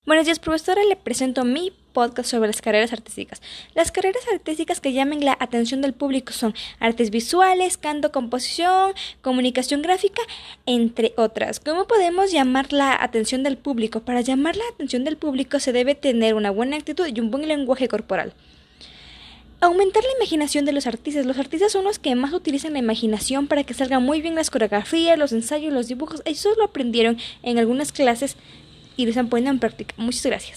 Buenos días, profesora. Le presento mi podcast sobre las carreras artísticas. Las carreras artísticas que llamen la atención del público son artes visuales, canto, composición, comunicación gráfica, entre otras. ¿Cómo podemos llamar la atención del público? Para llamar la atención del público se debe tener una buena actitud y un buen lenguaje corporal. Aumentar la imaginación de los artistas. Los artistas son los que más utilizan la imaginación para que salgan muy bien las coreografías, los ensayos, los dibujos. Eso lo aprendieron en algunas clases y lo están poniendo en práctica. Muchas gracias.